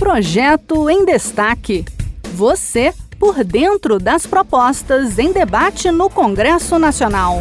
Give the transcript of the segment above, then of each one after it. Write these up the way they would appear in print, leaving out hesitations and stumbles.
Projeto em Destaque. Você por dentro das propostas em debate no Congresso Nacional.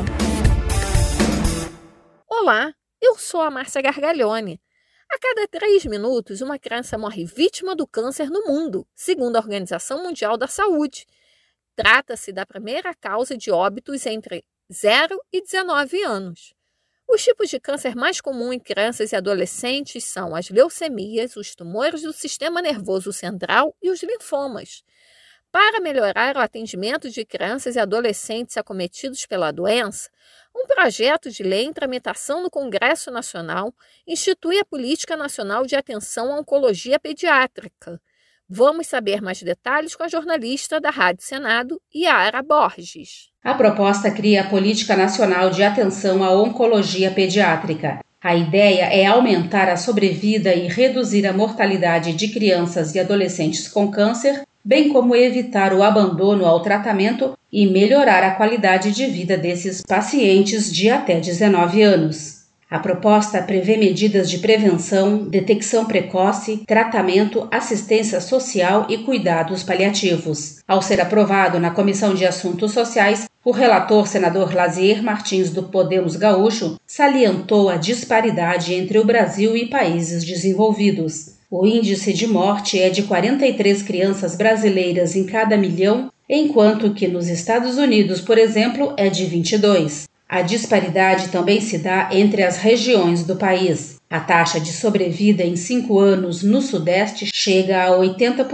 Olá, eu sou a Márcia Gargalhoni. A cada 3 minutos, uma criança morre vítima do câncer no mundo, segundo a Organização Mundial da Saúde. Trata-se da primeira causa de óbitos entre 0 e 19 anos. Os tipos de câncer mais comuns em crianças e adolescentes são as leucemias, os tumores do sistema nervoso central e os linfomas. Para melhorar o atendimento de crianças e adolescentes acometidos pela doença, um projeto de lei em tramitação no Congresso Nacional institui a Política Nacional de Atenção à Oncologia Pediátrica. Vamos saber mais detalhes com a jornalista da Rádio Senado, Yara Borges. A proposta cria a Política Nacional de Atenção à Oncologia Pediátrica. A ideia é aumentar a sobrevida e reduzir a mortalidade de crianças e adolescentes com câncer, bem como evitar o abandono ao tratamento e melhorar a qualidade de vida desses pacientes de até 19 anos. A proposta prevê medidas de prevenção, detecção precoce, tratamento, assistência social e cuidados paliativos. Ao ser aprovado na Comissão de Assuntos Sociais, o relator senador Lazier Martins do Podemos Gaúcho salientou a disparidade entre o Brasil e países desenvolvidos. O índice de morte é de 43 crianças brasileiras em cada milhão, enquanto que nos Estados Unidos, por exemplo, é de 22. A disparidade também se dá entre as regiões do país. A taxa de sobrevida em 5 anos no Sudeste chega a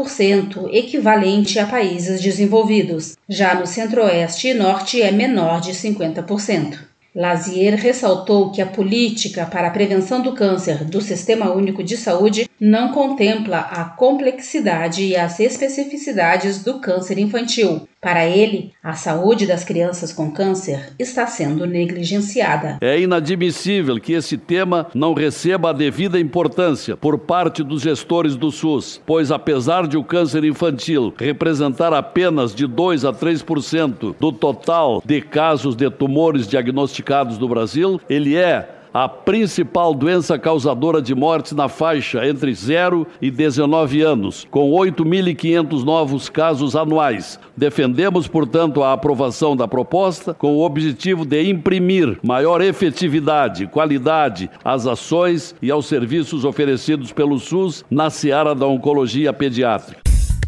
80%, equivalente a países desenvolvidos. Já no Centro-Oeste e Norte é menor de 50%. Lazier ressaltou que a política para a prevenção do câncer do Sistema Único de Saúde não contempla a complexidade e as especificidades do câncer infantil. Para ele, a saúde das crianças com câncer está sendo negligenciada. É inadmissível que esse tema não receba a devida importância por parte dos gestores do SUS, pois apesar de o câncer infantil representar apenas de 2 a 3% do total de casos de tumores diagnosticados no Brasil, ele é a principal doença causadora de mortes na faixa entre 0 e 19 anos, com 8.500 novos casos anuais. Defendemos, portanto, a aprovação da proposta com o objetivo de imprimir maior efetividade e qualidade às ações e aos serviços oferecidos pelo SUS na seara da oncologia pediátrica.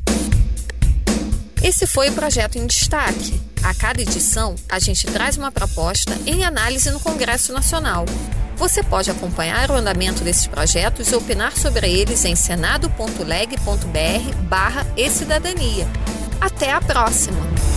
Esse foi o Projeto em Destaque. A cada edição, a gente traz uma proposta em análise no Congresso Nacional. Você pode acompanhar o andamento desses projetos e opinar sobre eles em senado.leg.br/ecidadania. Até a próxima!